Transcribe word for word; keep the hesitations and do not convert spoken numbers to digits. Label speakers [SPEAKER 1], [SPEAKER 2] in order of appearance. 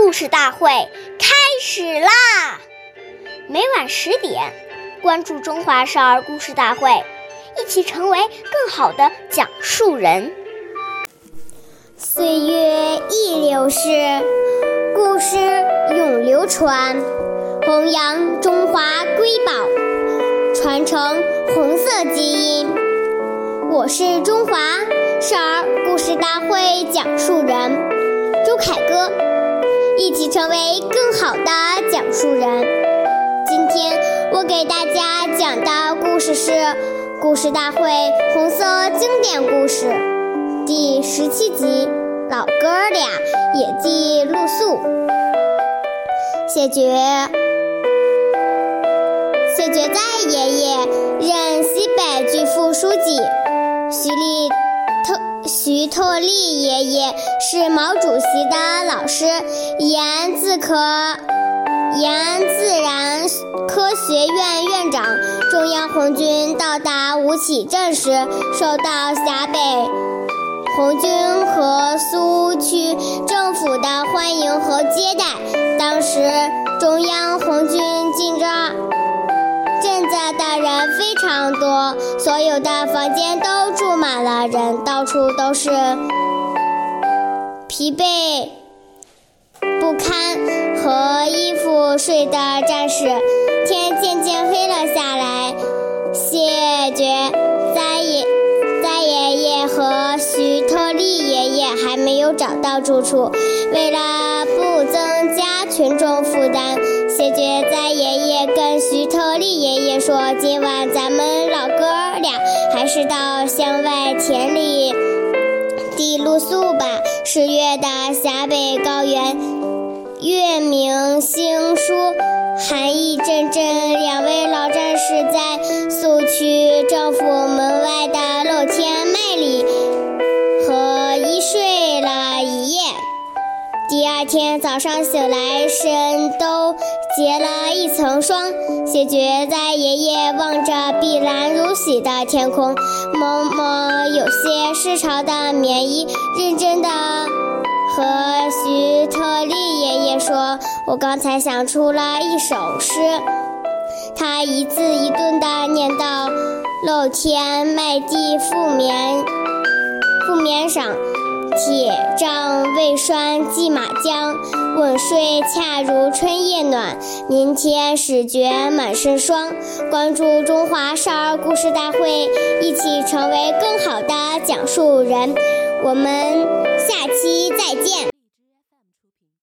[SPEAKER 1] 故事大会开始啦！每晚十点，关注中华少儿故事大会，一起成为更好的讲述人。
[SPEAKER 2] 岁月易流逝，故事永流传，弘扬中华瑰宝，传承红色基因。我是中华少儿故事大会讲述人周凯歌，一起成为更好的讲述人。今天我给大家讲的故事是故事大会红色经典故事第十七集，老哥俩野地露宿。谢绝谢绝哉爷爷任西北军副书记，徐立特徐特立爷爷是毛主席的老师，研自科研自然科学院院长。中央红军到达吴起镇时，受到陕北红军和苏区政府的欢迎和接待。当时中央红军进着镇子的人非常多，所有的房间都住满了人，到处都是疲惫不堪和衣服睡的战士。天渐渐黑了下来，谢绝哉爷哉爷爷和徐特立爷爷还没有找到住处。为了不增加群众负担，谢绝哉爷爷跟徐特立爷爷说，今晚咱们老哥俩还是到乡外田里地露宿吧。十月的陕北高原，月明星疏，寒意阵阵。两位老战士在苏区政府门外的露天麦里和一睡了一夜。第二天早上醒来，身都结了一层霜。谢绝哉爷爷望着碧蓝如洗的天空，摸摸有些湿潮的棉衣，认真的和徐特立爷爷说，我刚才想出了一首诗。他一字一顿地念到，露天麦地覆棉覆棉上，铁杖未栓系马缰，稳睡恰如春夜暖，明天始觉满身霜。关注中华少儿故事大会，一起成为更好的讲述人。我们下期再见。